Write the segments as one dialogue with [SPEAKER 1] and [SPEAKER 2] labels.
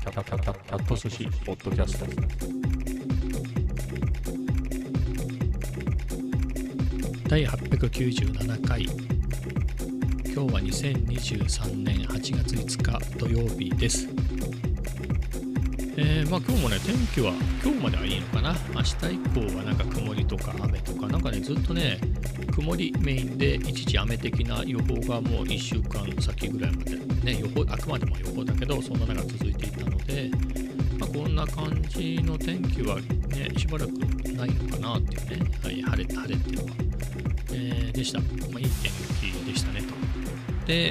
[SPEAKER 1] ャット寿司ポッドキャスト。
[SPEAKER 2] 第897回。今日は2023年8月5日土曜日です。今日もね、天気は今日まではいいのかな。明日以降はなんか曇りとか雨とか、なんかね、ずっとね、曇りメインで一時雨的な予報がもう1週間先ぐらいまでね、あくまでも予報だけど、そんなのが続いていたので、こんな感じの天気はね、しばらくないのかなっていうね、はい、晴れっていうのは、でした。いい天気でしたねと。で、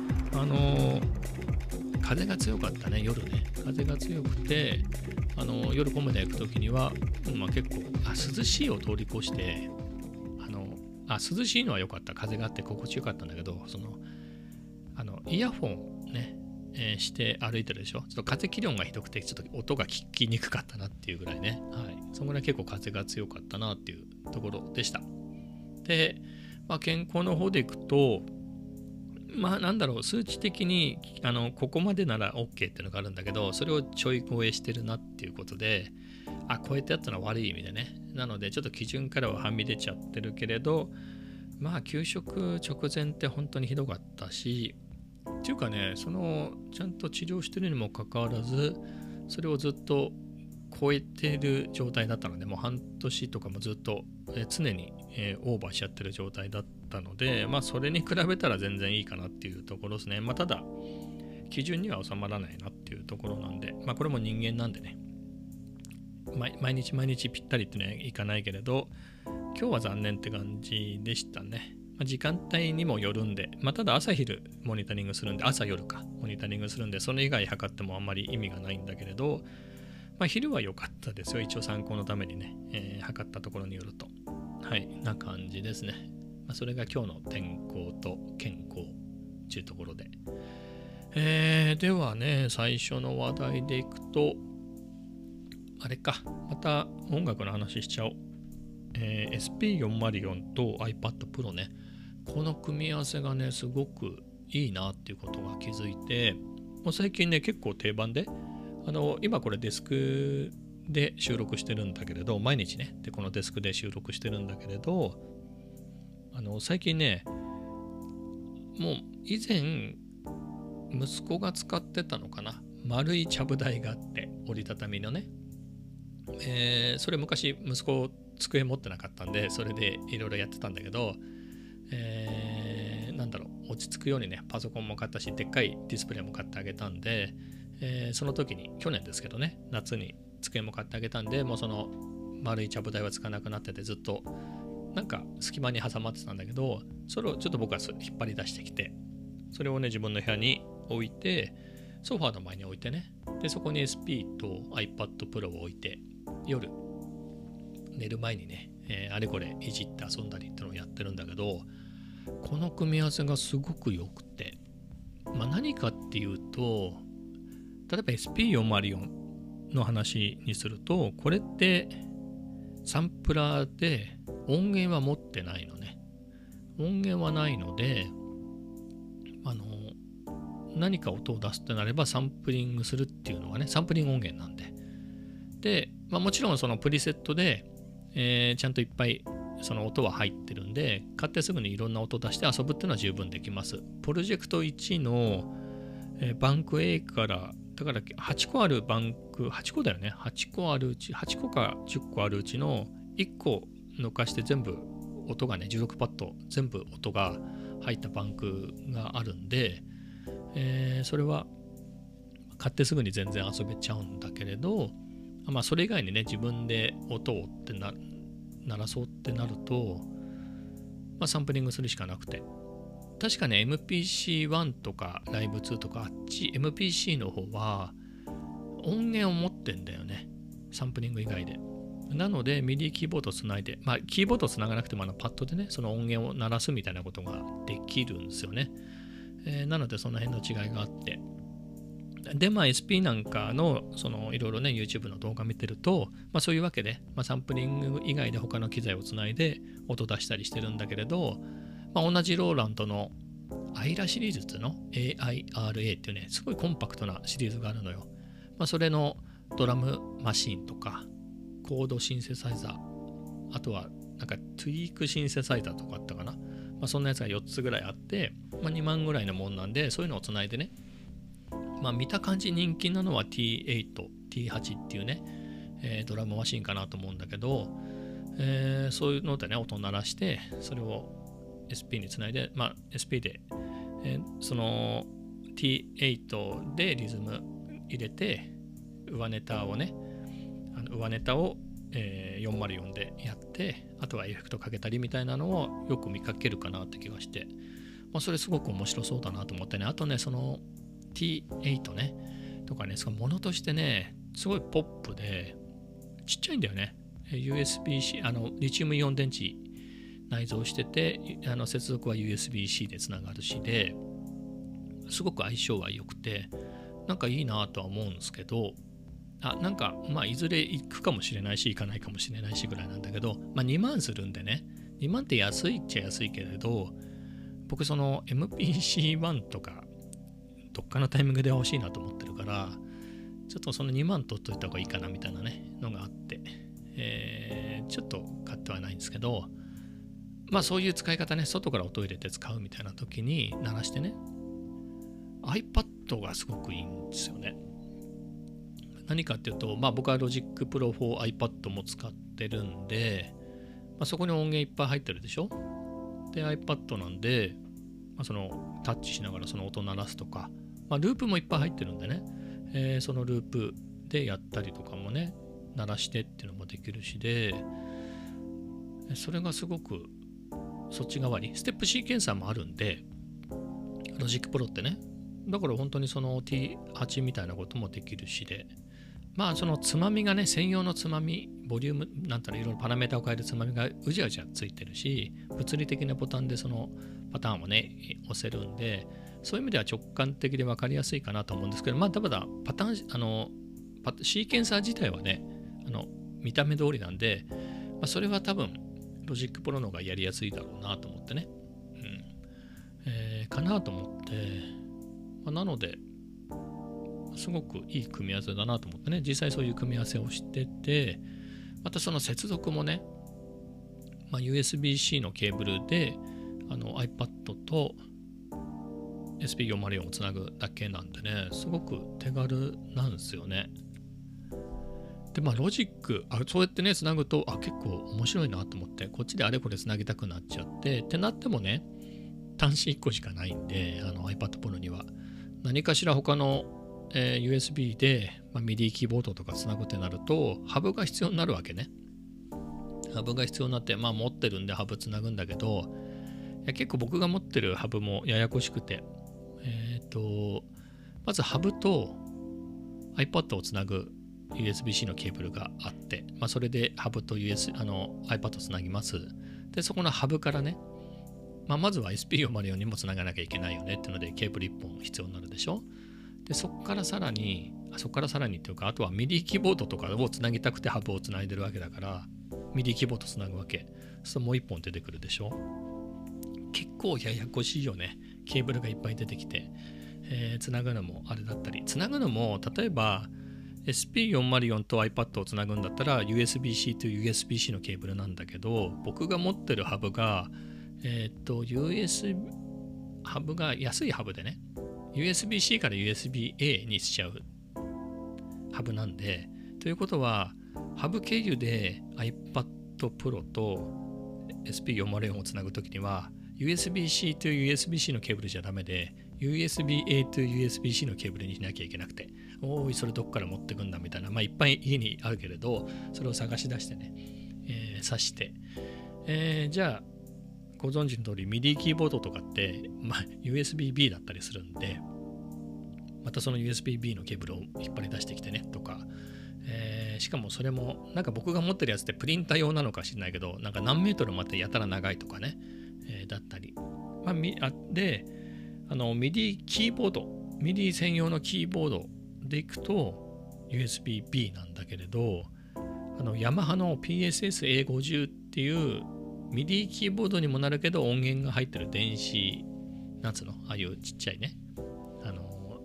[SPEAKER 2] 風が強かったね、夜ね。風が強くて、夜コメダ行くときには、結構涼しいを通り越して、涼しいのは良かった。風があって心地よかったんだけど、イヤホンね、して歩いてるでしょ。ちょっと風切り音がひどくて、ちょっと音が聞きにくかったなっていうぐらいね。はい。そのぐらい結構風が強かったなっていうところでした。で、健康の方でいくと、数値的にここまでなら OK っていうのがあるんだけど、それをちょい超えしてるなっていうことで、超えてやったのは悪い意味でね。なので、ちょっと基準からははみ出ちゃってるけれど、休食直前って本当にひどかったし、っていうかね、ちゃんと治療してるにもかかわらず、それをずっと超えてる状態だったので、もう半年とかもずっと常にオーバーしちゃってる状態だったので、それに比べたら全然いいかなっていうところですね。ただ、基準には収まらないなっていうところなんで、これも人間なんでね、毎日ぴったりってね、いかないけれど、今日は残念って感じでしたね。時間帯にもよるんで、ただ朝昼モニタリングするんで、朝夜かモニタリングするんで、それ以外測ってもあんまり意味がないんだけれど、昼は良かったですよ。一応参考のためにね、測ったところによると。はい、な感じですね。それが今日の天候と健康というところで。ではね、最初の話題でいくと、あれか、また音楽の話しちゃおう。SP404 と iPad Pro ね、この組み合わせがね、すごくいいなっていうことが気づいて、もう最近ね、結構定番で、今これデスクで収録してるんだけれど、毎日ね、このデスクで収録してるんだけれど、最近ね、もう以前、息子が使ってたのかな、丸いちゃぶ台があって、折りたたみのね、それ昔息子机持ってなかったんで、それでいろいろやってたんだけど、落ち着くようにね、パソコンも買ったし、でっかいディスプレイも買ってあげたんで、その時に、去年ですけどね、夏に机も買ってあげたんで、もうその丸いちゃぶ台はつかなくなってて、ずっとなんか隙間に挟まってたんだけど、それをちょっと僕は引っ張り出してきて、それをね、自分の部屋に置いて、ソファーの前に置いてね、でそこに SP と iPad Pro を置いて、夜寝る前にね、あれこれいじって遊んだりってのをやってるんだけど、この組み合わせがすごく良くて、何かっていうと、例えば SP404 の話にすると、これってサンプラーで音源は持ってないのね。音源はないので、何か音を出すってなればサンプリングするっていうのがね、サンプリング音源なんで。で、もちろんそのプリセットで、ちゃんといっぱいその音は入ってるんで、買ってすぐにいろんな音出して遊ぶっていうのは十分できます。プロジェクト1の、バンク A から、だから8個あるバンク、8個だよね。8個あるうち、8個か10個あるうちの1個抜かして全部音がね、16パッド全部音が入ったバンクがあるんで、それは買ってすぐに全然遊べちゃうんだけれど、それ以外にね、自分で音をって鳴らそうってなると、サンプリングするしかなくて、確かね MPC1 とか Live2 とか、あっち MPC の方は音源を持ってんだよね、サンプリング以外で。なので MIDI キーボードをつないで、キーボードをつながなくてもパッドでね、その音源を鳴らすみたいなことができるんですよね。なのでその辺の違いがあって、でSP なんかのいろいろね YouTube の動画見てると、そういうわけで、サンプリング以外で他の機材をつないで音出したりしてるんだけれど、同じローランドのアイラシリーズっていうの AIRA っていうね、すごいコンパクトなシリーズがあるのよ。 それのドラムマシンとかコードシンセサイザー、あとはなんかトゥイークシンセサイザーとかあったかな、そんなやつが4つぐらいあって、2万ぐらいのもんなんで、そういうのをつないでね、見た感じ人気なのは T8、T8 っていうね、ドラムマシンかなと思うんだけど、そういうのでね、音を鳴らして、それを SP につないで、SP で、その T8 でリズム入れて、上ネタを、404でやって、あとはエフェクトかけたりみたいなのをよく見かけるかなって気がして、それすごく面白そうだなと思ってね。あとね、その T8 ね、とかね、そのものとしてね、すごいポップで、ちっちゃいんだよね。USB-C、リチウムイオン電池内蔵してて、接続は USB-C でつながるしで、すごく相性は良くて、なんかいいなとは思うんですけど、なんかいずれ行くかもしれないし行かないかもしれないしぐらいなんだけど、2万するんでね、2万って安いっちゃ安いけれど、僕その MPC-1 とかどっかのタイミングで欲しいなと思ってるから、ちょっとその2万取っといた方がいいかなみたいなねのがあって、ちょっと買ってはないんですけど、そういう使い方ね、外から音を入れて使うみたいな時に鳴らしてね、 iPad がすごくいいんですよね。何かっていうと、僕は Logic Pro for iPad も使ってるんで、そこに音源いっぱい入ってるでしょ。で iPad なんで、そのタッチしながらその音鳴らすとか、ループもいっぱい入ってるんでね、そのループでやったりとかもね、鳴らしてっていうのもできるしで、それがすごくそっち側にステップシーケンサーもあるんで、Logic Pro ってね、だから本当にその T8 みたいなこともできるしで、そのつまみがね、専用のつまみ、ボリュームなんたらいろいろパラメータを変えるつまみがうじゃうじゃついてるし、物理的なボタンでそのパターンをね押せるんで、そういう意味では直感的で分かりやすいかなと思うんですけど、ただパターンシーケンサー自体はね、見た目通りなんで、それは多分ロジックプロの方がやりやすいだろうなと思ってね、かなと思って、なのですごくいい組み合わせだなと思ってね、実際そういう組み合わせをしてて、またその接続もね、USB-C のケーブルでiPad と SP404 をつなぐだけなんでね、すごく手軽なんですよね。でロジックそうやってねつなぐと結構面白いなと思って、こっちであれこれつなぎたくなっちゃってなってもね、端子1個しかないんで、iPad Pro には何かしら他の、USB で、MIDI キーボードとかつなぐってなるとハブが必要になるわけね。ハブが必要になって、持ってるんでハブつなぐんだけど、結構僕が持ってるハブもややこしくて、まずハブと iPad をつなぐ USB-C のケーブルがあって、それでハブと iPad つなぎます。でそこのハブからね、まずは SP404 にもつながなきゃいけないよねっていうのでケーブル1本必要になるでしょ。でそこからさらにっていうか、あとは MIDI キーボードとかをつなぎたくてハブをつないでるわけだから、MIDI キーボードつなぐわけ。そうもう1本出てくるでしょ。結構ややこしいよね。ケーブルがいっぱい出てきて、つなぐのもあれだったり、つなぐのも例えば SP404 と iPad をつなぐんだったら USB-C と USB-C のケーブルなんだけど、僕が持ってるハブがUSB ハブが安いハブでね、 USB-C から USB-A にしちゃうハブなんで、ということはハブ経由で iPad Pro と SP404 をつなぐときには USB-C と USB-C のケーブルじゃダメで USB-A と USB-C のケーブルにしなきゃいけなくて、それどっから持ってくんだみたいな、いっぱい家にあるけれど、それを探し出してね、挿して、じゃあご存知の通り MIDI キーボードとかって、USB-B だったりするんで、またその USB-B のケーブルを引っ張り出してきてねとか、しかもそれもなんか僕が持ってるやつってプリンター用なのか知らないけど、なんか何メートルまでやたら長いとかね、だったり、でMIDI キーボード、MIDI 専用のキーボードでいくと USB-B なんだけれど、ヤマハの PSS-A50 っていうMIDI キーボードにもなるけど音源が入ってる電子、なんつうの、ああいうちっちゃいね、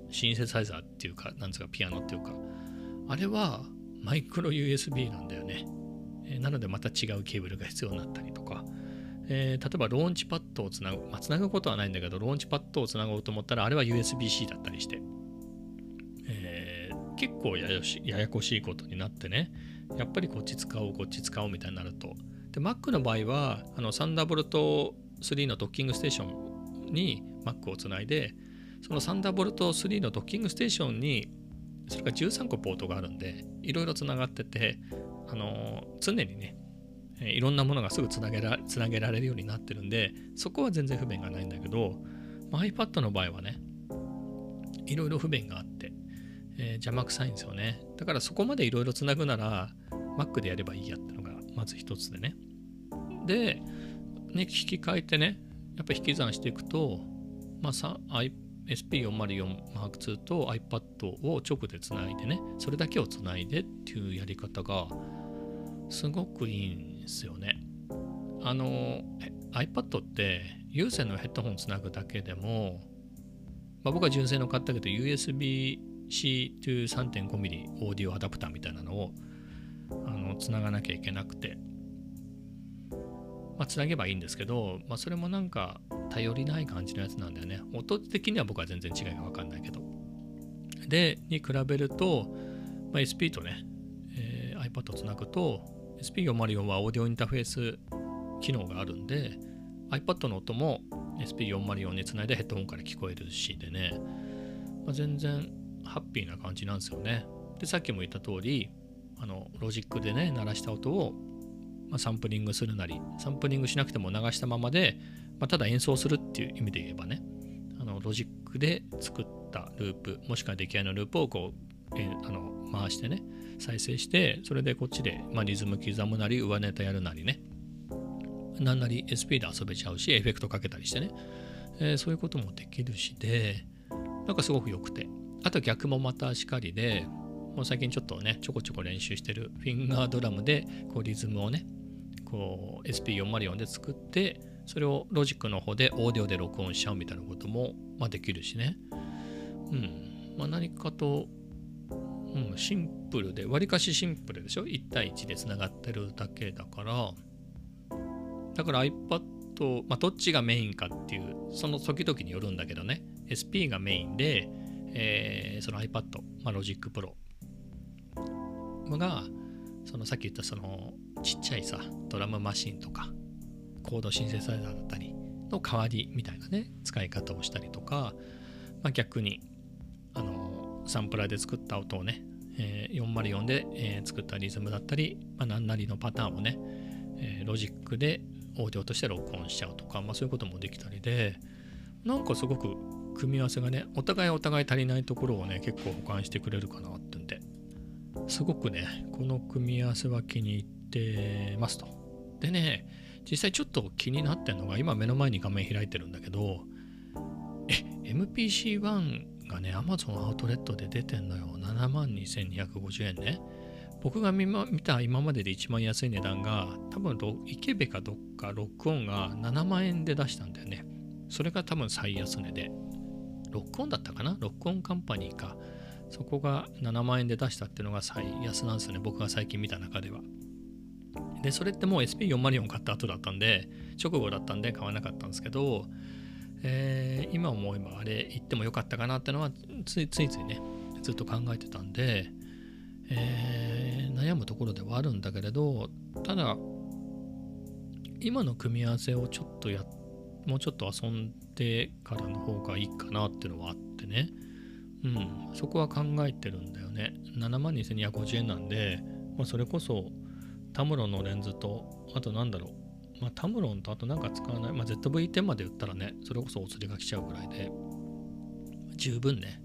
[SPEAKER 2] シンセサイザーっていうか、なんですか、ピアノっていうか、あれはマイクロ USB なんだよね。なのでまた違うケーブルが必要になったりとか、例えばローンチパッドをつなぐ、つなぐことはないんだけど、ローンチパッドをつなごうと思ったら、あれは USB-C だったりして、結構ややこしいことになってね、やっぱりこっち使おうみたいになると。で、Mac の場合は、サンダーボルト3のドッキングステーションに Mac をつないで、そのサンダーボルト3のドッキングステーションに、それから13個ポートがあるんで、いろいろつながってて、常にね、いろんなものがすぐつなげられるようになってるんで、そこは全然不便がないんだけど、iPad の場合はね、いろいろ不便があって、邪魔くさいんですよね。だからそこまでいろいろつなぐなら Mac でやればいいやってのがまず一つでね。で、引き換えてね、やっぱり引き算していくと、SP404M2 と iPad を直でつないでね、それだけをつないでっていうやり方がすごくいいんですよね。iPad って有線のヘッドホンつなぐだけでも、僕は純正の買ったけど USB-C to 3.5mm オーディオアダプターみたいなのをつながなきゃいけなくて、つなげばいいんですけど、それもなんか頼りない感じのやつなんだよね。音的には僕は全然違いが分かんないけど。で、に比べると、SP とね、iPad をつなぐと、SP404 はオーディオインターフェース機能があるんで、iPad の音も SP404 につないでヘッドホンから聞こえるしでね、全然ハッピーな感じなんですよね。で、さっきも言った通り、ロジックでね、鳴らした音をサンプリングするなり、サンプリングしなくても流したままで、ただ演奏するっていう意味で言えばね、ロジックで作ったループ、もしくは出来合いのループをこう、回してね、再生して、それでこっちで、リズム刻むなり、上ネタやるなりね、なんなり SP で遊べちゃうし、エフェクトかけたりしてね、そういうこともできるしで、なんかすごく良くて、あと逆もまたしかりで、もう最近ちょっとね、ちょこちょこ練習してるフィンガードラムで、こうリズムをね、こう SP404 で作って、それをロジックの方でオーディオで録音しちゃうみたいなことも、できるしね。何かと、シンプルで、わりかしシンプルでしょ ?1 対1でつながってるだけだから、iPad、どっちがメインかっていう、その時々によるんだけどね、SP がメインで、その iPad、ロジックプロが、さっき言ったそのちっちゃいさ、ドラムマシンとか、コードシンセサイザーだったりの代わりみたいなね、使い方をしたりとか、逆に、サンプラーで作った音をね、404で、作ったリズムだったり、何なりのパターンをね、ロジックでオーディオとして録音しちゃうとか、そういうこともできたりで、なんかすごく組み合わせがね、お互い足りないところをね、結構補完してくれるかなってんで、すごくね、この組み合わせは気に入ってますと。でね、実際ちょっと気になってんのが、今目の前に画面開いてるんだけど、MPC-1 がね、Amazon アウトレットで出てんのよ。72,250円ね。僕が見た今までで一番安い値段が、多分池部かどっかロックオンが7万円で出したんだよね。それが多分最安値で。ロックオンだったかな？ロックオンカンパニーか。そこが7万円で出したっていうのが最安なんですよね。僕が最近見た中では。で、それってもう SP404 買った後だったんで、直後だったんで買わなかったんですけど、今思えばあれ言ってもよかったかなってのはついね、ずっと考えてたんで、悩むところではあるんだけれど、ただ、今の組み合わせをちょっともうちょっと遊んでからの方がいいかなっていうのはあってね。そこは考えてるんだよね。72,250円なんで、それこそタムロンのレンズと、あとなんだろう、タムロンとあとなんか使わない、ZV-10 まで売ったらね、それこそお釣りが来ちゃうぐらいで、十分ね、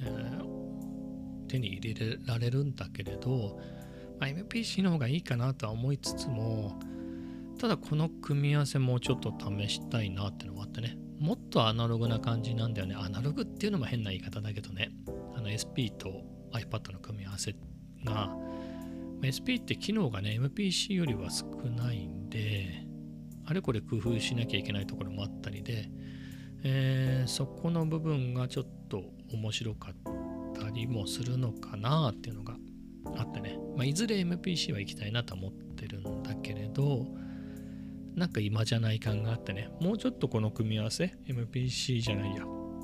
[SPEAKER 2] 手に入れられるんだけれど、MPC の方がいいかなとは思いつつも、ただこの組み合わせもちょっと試したいなっていうのがあってね、もっとアナログな感じなんだよね。アナログっていうのも変な言い方だけどね、SP と iPad の組み合わせが、SP って機能がね、MPC よりは少ないんで、あれこれ工夫しなきゃいけないところもあったりで、 そこの部分がちょっと面白かったりもするのかなっていうのがあってね、いずれ MPC は行きたいなと思ってるんだけれど、なんか今じゃない感があってね、もうちょっとこの組み合わせ MPC じゃないや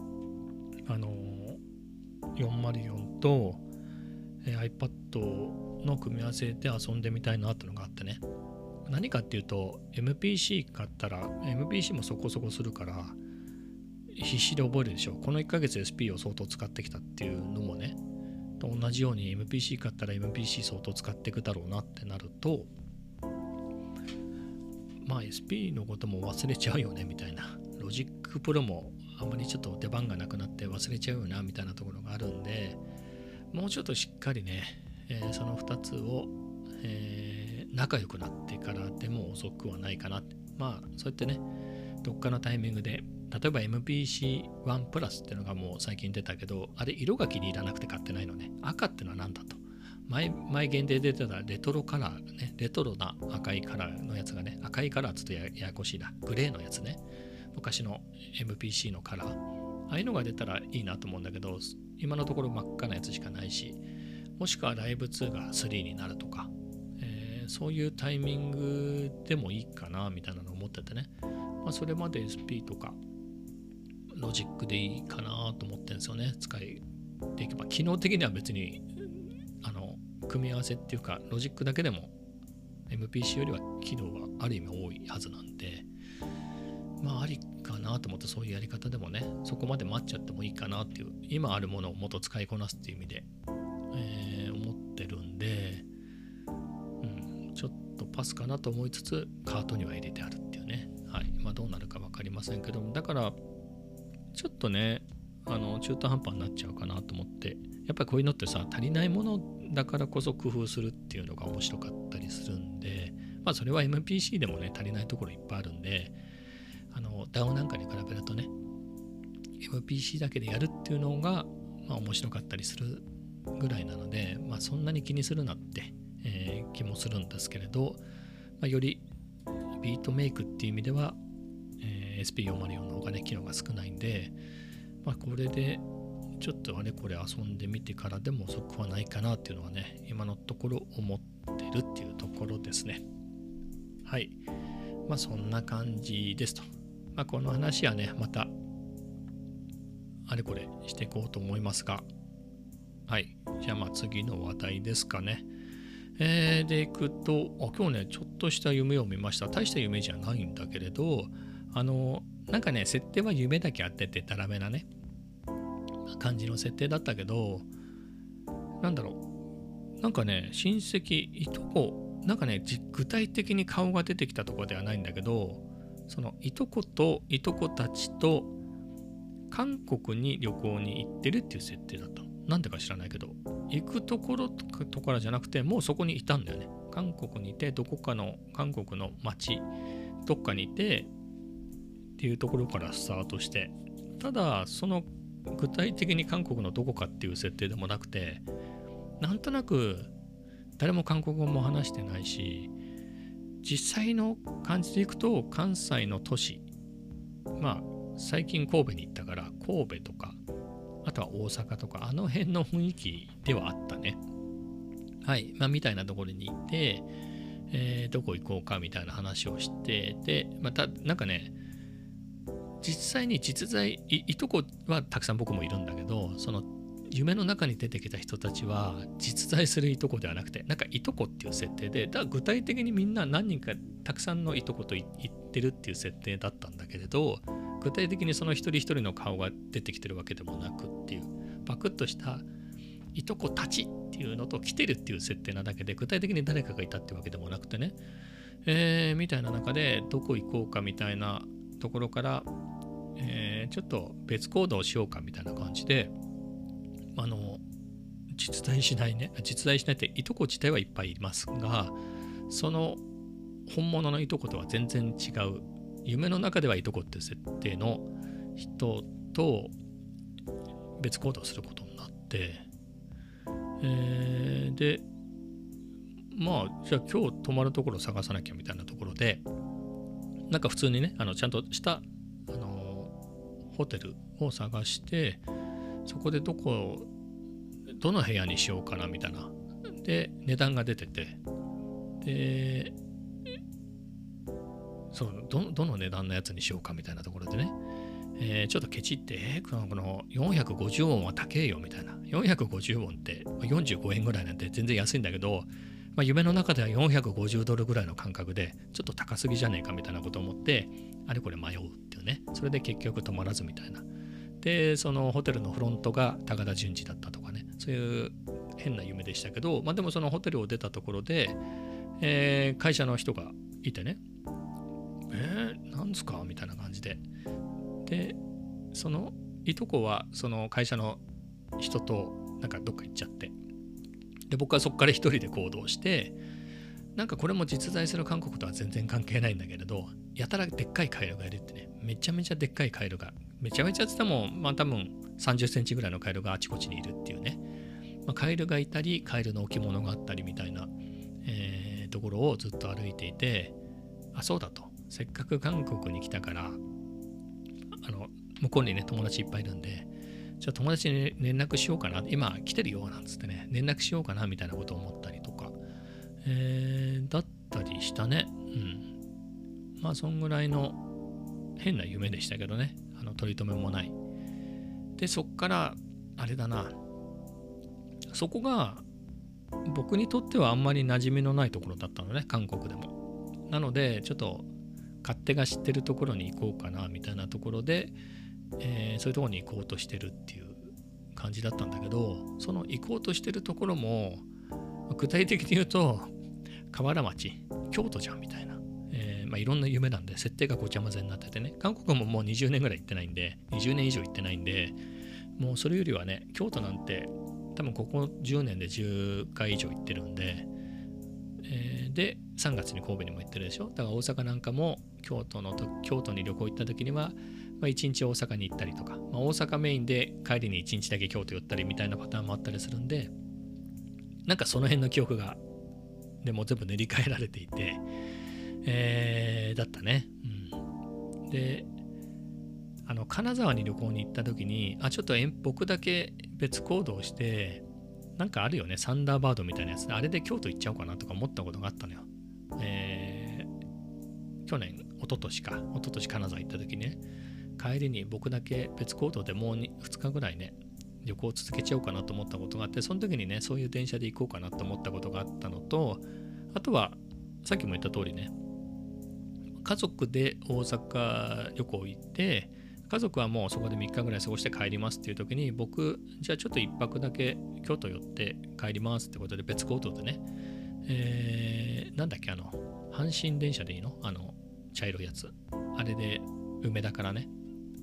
[SPEAKER 2] 404と、iPad の組み合わせで遊んでみたいなってのがあってね。何かっていうと MPC 買ったら MPC もそこそこするから必死で覚えるでしょ。この1ヶ月 SP を相当使ってきたっていうのもね、と同じように MPC 買ったら MPC 相当使っていくだろうなってなると、SP のことも忘れちゃうよねみたいな、ロジックプロもあまりちょっと出番がなくなって忘れちゃうよなみたいなところがあるんで、もうちょっとしっかりね、その2つを、仲良くなってからでも遅くはないかなって。そうやってね、どっかのタイミングで、例えば MPC1 プラスっていうのがもう最近出たけど、あれ色が気に入らなくて買ってないのね。赤ってのは何だと。前限定で出てたレトロカラーね、レトロな赤いカラーのやつがね、赤いカラーっつうとややこしいな、グレーのやつね、昔の MPC のカラー、ああいうのが出たらいいなと思うんだけど、今のところ真っ赤なやつしかないし、もしくはライブ2が3になるとか、そういうタイミングでもいいかなみたいなのを思っててね、それまで SP とかロジックでいいかなと思ってるんですよね。使いでいけば機能的には別に組み合わせっていうかロジックだけでも MPC よりは機能はある意味多いはずなんで、ありかなと思って、そういうやり方でもね、そこまで待っちゃってもいいかなっていう、今あるものをもっと使いこなすっていう意味で、思ってるんで、ちょっとパスかなと思いつつカートには入れてあるっていうね。どうなるか分かりませんけども、だからちょっとね、中途半端になっちゃうかなと思って、やっぱりこういうのってさ、足りないものだからこそ工夫するっていうのが面白かったりするんで、それは MPC でもね、足りないところいっぱいあるんで、DAO なんかに比べるとね、MPC だけでやるっていうのが、面白かったりするぐらいなので、そんなに気にするなって、気もするんですけれど、よりビートメイクっていう意味では、SP404 の方がね、機能が少ないんで、これでちょっとあれこれ遊んでみてからでも遅くはないかなっていうのはね、今のところ思ってるっていうところですね。はい。そんな感じですと。この話はね、またあれこれしていこうと思いますが、はい。じゃあ次の話題ですかね。でいくと、今日ね、ちょっとした夢を見ました。大した夢じゃないんだけれど、なんかね、設定は夢だけあってて、だらめなね、感じの設定だったけど、なんかね、親戚、いとこ、なんかね、具体的に顔が出てきたところではないんだけど、そのいとこといとこたちと韓国に旅行に行ってるっていう設定だったの。なんでか知らないけど、行くところとかじゃなくて、もうそこにいたんだよね。韓国にいて、どこかの韓国の町、どっかにいてっていうところからスタートして、ただその具体的に韓国のどこかっていう設定でもなくて、なんとなく誰も韓国語も話してないし、実際の感じでいくと関西の都市、最近神戸に行ったから神戸とか、あとは大阪とか、あの辺の雰囲気ではあったね。はい。みたいなところに行って、どこ行こうかみたいな話をしてて、なんかね、実際に実在 いとこはたくさん僕もいるんだけど、その夢の中に出てきた人たちは実在するいとこではなくて、なんかいとこっていう設定で、だから具体的にみんな何人かたくさんのいとこと言ってるっていう設定だったんだけれど、具体的にその一人一人の顔が出てきてるわけでもなくっていう、パクッとしたいとこたちっていうのと来てるっていう設定なだけで、具体的に誰かがいたってわけでもなくてね、みたいな中でどこ行こうかみたいなところから、ちょっと別行動しようかみたいな感じで、実在しないっていとこ自体はいっぱいいますが、その本物のいとことは全然違う、夢の中ではいとこっていう設定の人と別行動することになって、でじゃあ今日泊まるところを探さなきゃみたいなところで、なんか普通にね、ちゃんとしたホテルを探して、そこでどの部屋にしようかなみたいな。で、値段が出てて、で、どの値段のやつにしようかみたいなところでね、ちょっとケチって、この450ウォンは高えよみたいな。450ウォンって45円ぐらいなんて全然安いんだけど、夢の中では450ドルぐらいの感覚で、ちょっと高すぎじゃねえかみたいなことを思って、あれこれ迷うっていうね。それで結局止まらずみたいな。で、そのホテルのフロントが高田純次だったとかね、そういう変な夢でしたけど、でもそのホテルを出たところで、会社の人がいてね、なんですかみたいな感じで。で、そのいとこはその会社の人となんかどっか行っちゃって、で、僕はそこから一人で行動して、なんかこれも実在する韓国とは全然関係ないんだけれど、やたらでっかいカエルがいるってね、めちゃめちゃでっかいカエルが、めちゃめちゃって言っても、多分30センチぐらいのカエルがあちこちにいるっていうね、カエルがいたり、カエルの置物があったりみたいな、ところをずっと歩いていて、そうだと。せっかく韓国に来たから、向こうにね、友達いっぱいいるんで、じゃあ友達に連絡しようかな、今来てるよなんつってね、連絡しようかなみたいなことを思ったりとか、だったりしたね。そんぐらいの変な夢でしたけどね、取り留めもない。で、そっから、あれだな、そこが僕にとってはあんまり馴染みのないところだったのね、韓国でも。なので、ちょっと勝手が知ってるところに行こうかなみたいなところで、そういうところに行こうとしてるっていう感じだったんだけど、その行こうとしてるところも具体的に言うと河原町、京都じゃんみたいな、いろんな夢なんで設定がごちゃ混ぜになっててね、韓国ももう20年ぐらい行ってないんで、20年以上行ってないんで、もうそれよりはね、京都なんて多分ここ10年で10回以上行ってるんで、で3月に神戸にも行ってるでしょ。だから大阪なんかも京都に旅行行った時には、1日大阪に行ったりとか、大阪メインで帰りに1日だけ京都寄ったりみたいなパターンもあったりするんで、なんかその辺の記憶がでも全部練り替えられていて、だったね。で、金沢に旅行に行った時に、ちょっと僕だけ別行動して、なんかあるよね、サンダーバードみたいなやつで、あれで京都行っちゃおうかなとか思ったことがあったのよ。去年、一昨年金沢行った時にね、帰りに僕だけ別行動でもう2日ぐらいね、旅行を続けちゃおうかなと思ったことがあって、その時にね、そういう電車で行こうかなと思ったことがあったのと、あとは、さっきも言った通りね、家族で大阪旅行行って、家族はもうそこで3日ぐらい過ごして帰りますっていう時に、僕、じゃあちょっと1泊だけ京都寄って帰りますってことで別行動でね、なんだっけ、阪神電車でいいの？茶色いやつ。あれで梅田からね、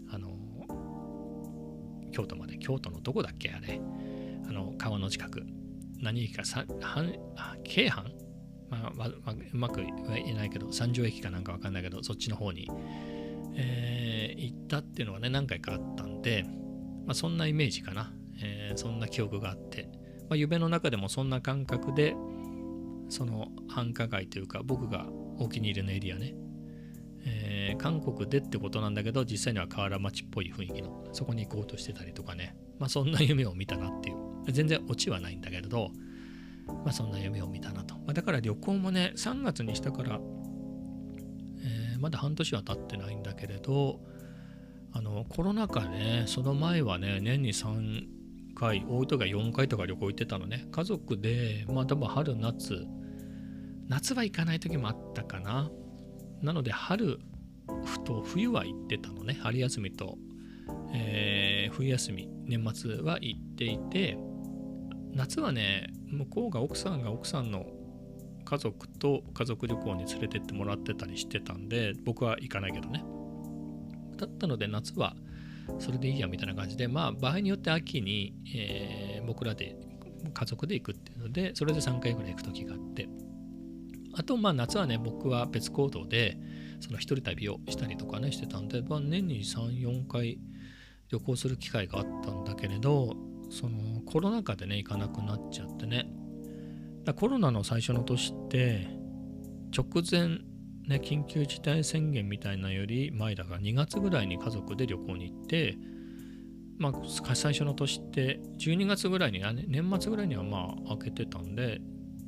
[SPEAKER 2] 京都まで、京都のどこだっけあれ、川の近く。何駅か、京阪？うまく言えないけど、三条駅かなんかわかんないけど、そっちの方に、行ったっていうのはね、何回かあったんで、そんなイメージかな。そんな記憶があって、夢の中でもそんな感覚で、その繁華街というか、僕がお気に入りのエリアね、韓国でってことなんだけど、実際には河原町っぽい雰囲気の、そこに行こうとしてたりとかね、そんな夢を見たなっていう、全然オチはないんだけれど、そんな夢を見たなと。だから旅行もね、3月にしたから、まだ半年は経ってないんだけれど、コロナ禍ね、その前はね、年に3回、多い時は4回とか旅行行ってたのね。家族で、多分春、夏は行かない時もあったかな。なので、春と冬は行ってたのね。春休みと、冬休み、年末は行っていて、夏はね、向こうが奥さんの家族と家族旅行に連れてってもらってたりしてたんで、僕は行かないけどね。だったので夏はそれでいいやみたいな感じで、場合によって秋に、僕らで家族で行くっていうので、それで3回ぐらい行く時があって、あと夏はね、僕は別行動でその一人旅をしたりとかねしてたんで、年に3、4回旅行する機会があったんだけれど、そのコロナ禍でね行かなくなっちゃってね。コロナの最初の年って直前ね、緊急事態宣言みたいなより前だから2月ぐらいに家族で旅行に行って、まあ、最初の年って12月ぐらいに、年末ぐらいにはまあ開けてたんで、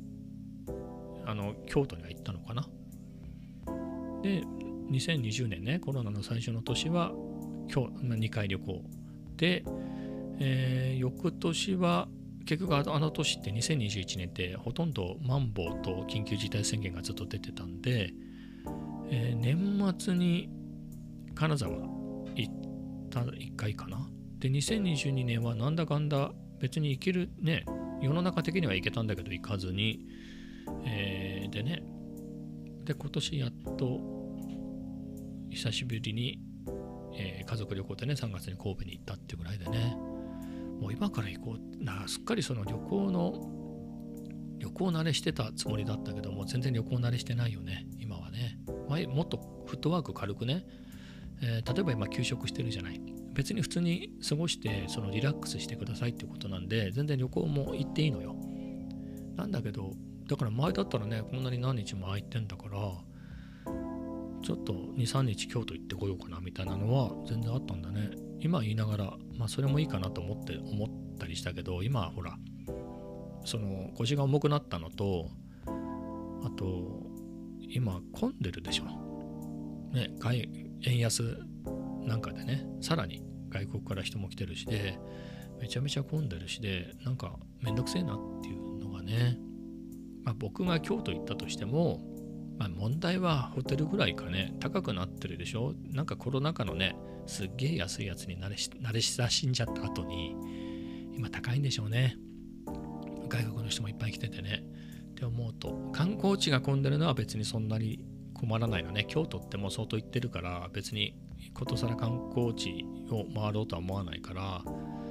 [SPEAKER 2] 京都には行ったのかな。で、2020年ね、コロナの最初の年は2回旅行で、翌年は結局年って2021年ってほとんどマンボウと緊急事態宣言がずっと出てたんで、年末に金沢行った1回かな。で、2022年はなんだかんだ別に行けるね、世の中的には行けたんだけど行かずに、でね、で今年やっと久しぶりに、家族旅行でね3月に神戸に行ったってぐらいでね、もう今から行こうすっかりその旅行慣れしてたつもりだったけども、全然旅行慣れしてないよね今はね。もっとフットワーク軽くね、例えば今休職してるじゃない。別に普通に過ごしてそのリラックスしてくださいってことなんで、全然旅行も行っていいのよ。なんだけど、だから前だったらね、こんなに何日も空いてんだから、ちょっと 2,3 日京都行ってこようかなみたいなのは全然あったんだね。今言いながら、まあそれもいいかなと思ったりしたけど、今ほら、その腰が重くなったのと、あと、今混んでるでしょ。ね、円安なんかでね、さらに外国から人も来てるしで、めちゃめちゃ混んでるしで、なんかめんどくせえなっていうのがね、まあ僕が京都行ったとしても、まあ問題はホテルぐらいかね、高くなってるでしょ。なんかコロナ禍のね、すっげえ安いやつに慣れ親しんじゃった後に、今高いんでしょうね。外国の人もいっぱい来ててね。って思うと、観光地が混んでるのは別にそんなに困らないのね。京都ってもう相当行ってるから、別にことさら観光地を回ろうとは思わないから、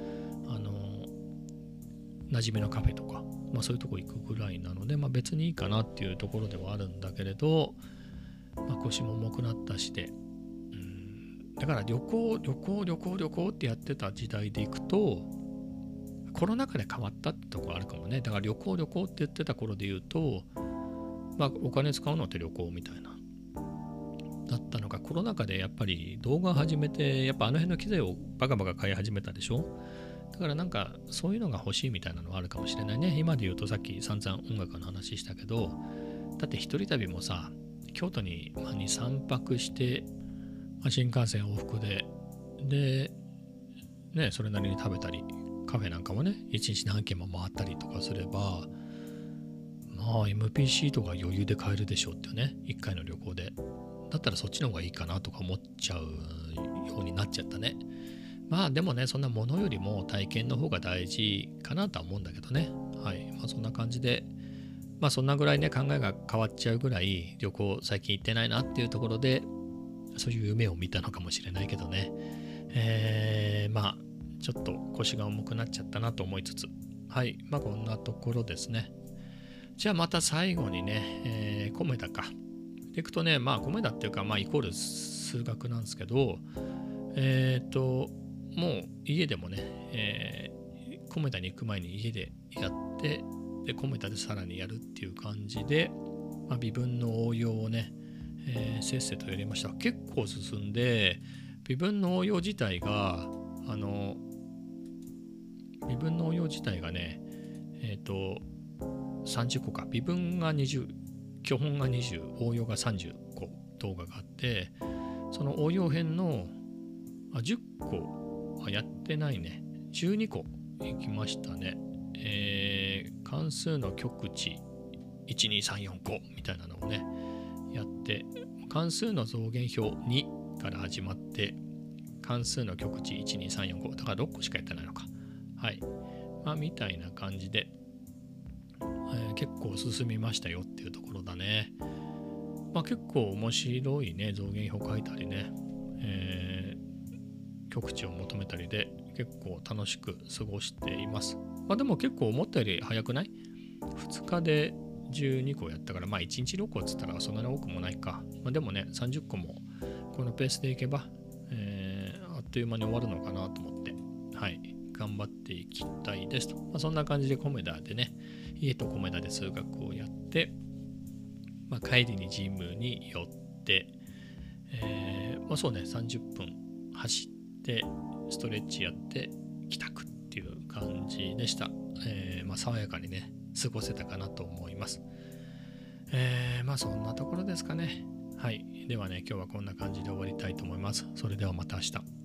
[SPEAKER 2] 馴染みのカフェとか、まあそういうとこ行くぐらいなので、まあ別にいいかなっていうところではあるんだけれど、まあ腰も重くなったしで、だから旅行ってやってた時代で行くと、コロナ禍で変わったってとこあるかもね。だから旅行って言ってた頃で言うと、まあお金使うのって旅行みたいなだったのが、コロナ禍でやっぱり動画始めて、やっぱあの辺の機材をバカバカ買い始めたでしょ。だからなんかそういうのが欲しいみたいなのはあるかもしれないね。今で言うとさっき散々音楽の話したけど、だって一人旅もさ、京都に2、3泊して、新幹線往復で、ね、それなりに食べたり、カフェなんかもね、一日何軒も回ったりとかすれば、まあ MPC とか余裕で買えるでしょうってね、1回の旅行で。だったらそっちの方がいいかなとか思っちゃうようになっちゃったね。まあでもね、そんなものよりも体験の方が大事かなとは思うんだけどね。はい。まあそんな感じで、まあそんなぐらいね、考えが変わっちゃうぐらい旅行最近行ってないなっていうところで、そういう夢を見たのかもしれないけどね。まあちょっと腰が重くなっちゃったなと思いつつ、はい。まあこんなところですね。じゃあまた最後にね、コメダか。でいくとね、まあコメダっていうか、まあイコール数学なんですけど、もう家でもね、コメダに行く前に家でやって、でコメダでさらにやるっていう感じで、まあ、微分の応用をね、せっせとやりました。結構進んで、微分の応用自体がね、30個か。微分が20、基本が20、応用が30個動画があって、その応用編の10個やってないね。12個いきましたね。関数の極値1234個みたいなのをね、やって、関数の増減表2から始まって、関数の極値12345だから6個しかやってないのか。はい。まあみたいな感じで、結構進みましたよっていうところだね。まあ結構面白いね、増減表書いたりね、極値を求めたりで結構楽しく過ごしています。まあでも結構思ったより早くない？ 2 日で12個やったから、まあ1日6個っつったらそんなに多くもないか。まあでもね、30個もこのペースでいけば、あっという間に終わるのかなと思って、はい、頑張っていきたいですと。まあ、そんな感じでコメダでね、家とコメダで数学をやって、まあ、帰りにジムに寄って、そうね、30分走ってストレッチやって帰宅っていう感じでした。爽やかにね過ごせたかなと思います。そんなところですかね。はい、ではね、今日はこんな感じで終わりたいと思います。それではまた明日。